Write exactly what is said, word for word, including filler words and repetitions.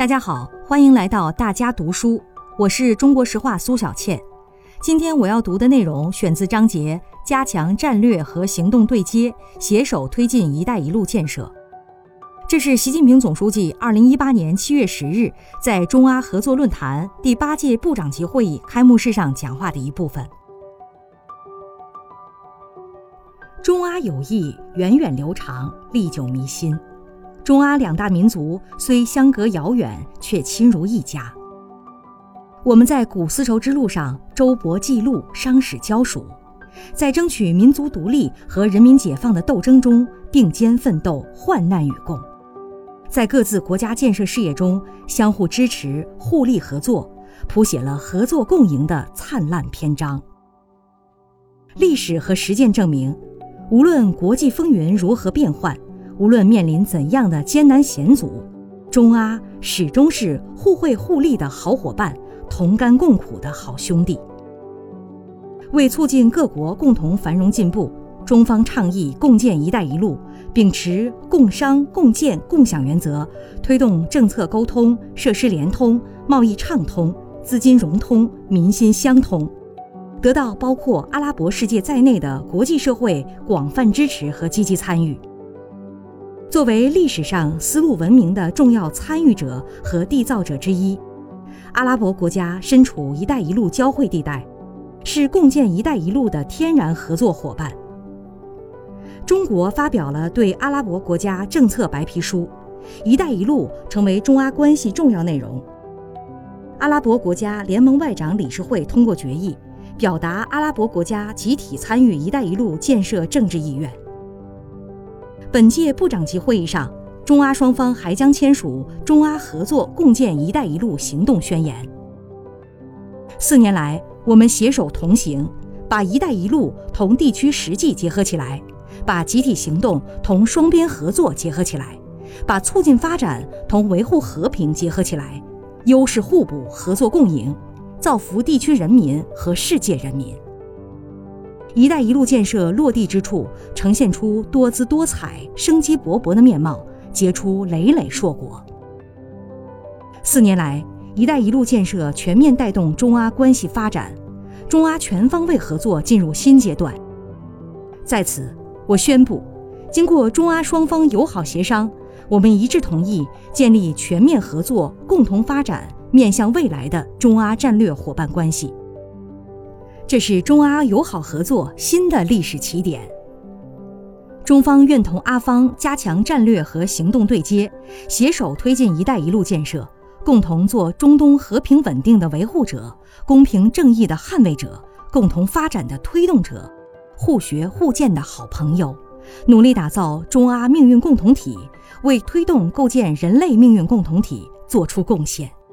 大家好，欢迎来到大家读书，我是中国实话苏小倩。今天我要读的内容选自章节加强战略和行动对接，携手推进一带一路建设。这是习近平总书记二零一八年七月十日在中阿合作论坛第八届部长级会议开幕式上讲话的一部分。中阿友谊源远流长，历久弥新。中阿两大民族虽相隔遥远，却亲如一家。我们在古丝绸之路上周勃记录，商史交属，在争取民族独立和人民解放的斗争中并肩奋斗，患难与共，在各自国家建设事业中相互支持，互利合作，谱写了合作共赢的灿烂篇章。历史和实践证明，无论国际风云如何变幻，无论面临怎样的艰难险阻，中阿始终是互惠互利的好伙伴，同甘共苦的好兄弟。为促进各国共同繁荣进步，中方倡议共建一带一路，秉持共商共建共享原则，推动政策沟通、设施联通、贸易畅通、资金融通、民心相通，得到包括阿拉伯世界在内的国际社会广泛支持和积极参与。作为历史上丝路文明的重要参与者和缔造者之一，阿拉伯国家身处一带一路交汇地带，是共建一带一路的天然合作伙伴。中国发表了对阿拉伯国家政策白皮书，一带一路成为中阿关系重要内容。阿拉伯国家联盟外长理事会通过决议，表达阿拉伯国家集体参与一带一路建设政治意愿。本届部长级会议上，中阿双方还将签署中阿合作共建一带一路行动宣言。四年来，我们携手同行，把一带一路同地区实际结合起来，把集体行动同双边合作结合起来，把促进发展同维护和平结合起来，优势互补，合作共赢，造福地区人民和世界人民。一带一路建设落地之处，呈现出多姿多彩、生机勃勃的面貌，结出累累硕果。四年来，一带一路建设全面带动中阿关系发展，中阿全方位合作进入新阶段。在此，我宣布，经过中阿双方友好协商，我们一致同意建立全面合作、共同发展、面向未来的中阿战略伙伴关系。这是中阿友好合作新的历史起点。中方愿同阿方加强战略和行动对接，携手推进一带一路建设，共同做中东和平稳定的维护者、公平正义的捍卫者、共同发展的推动者，互学互鉴的好朋友，努力打造中阿命运共同体，为推动构建人类命运共同体做出贡献。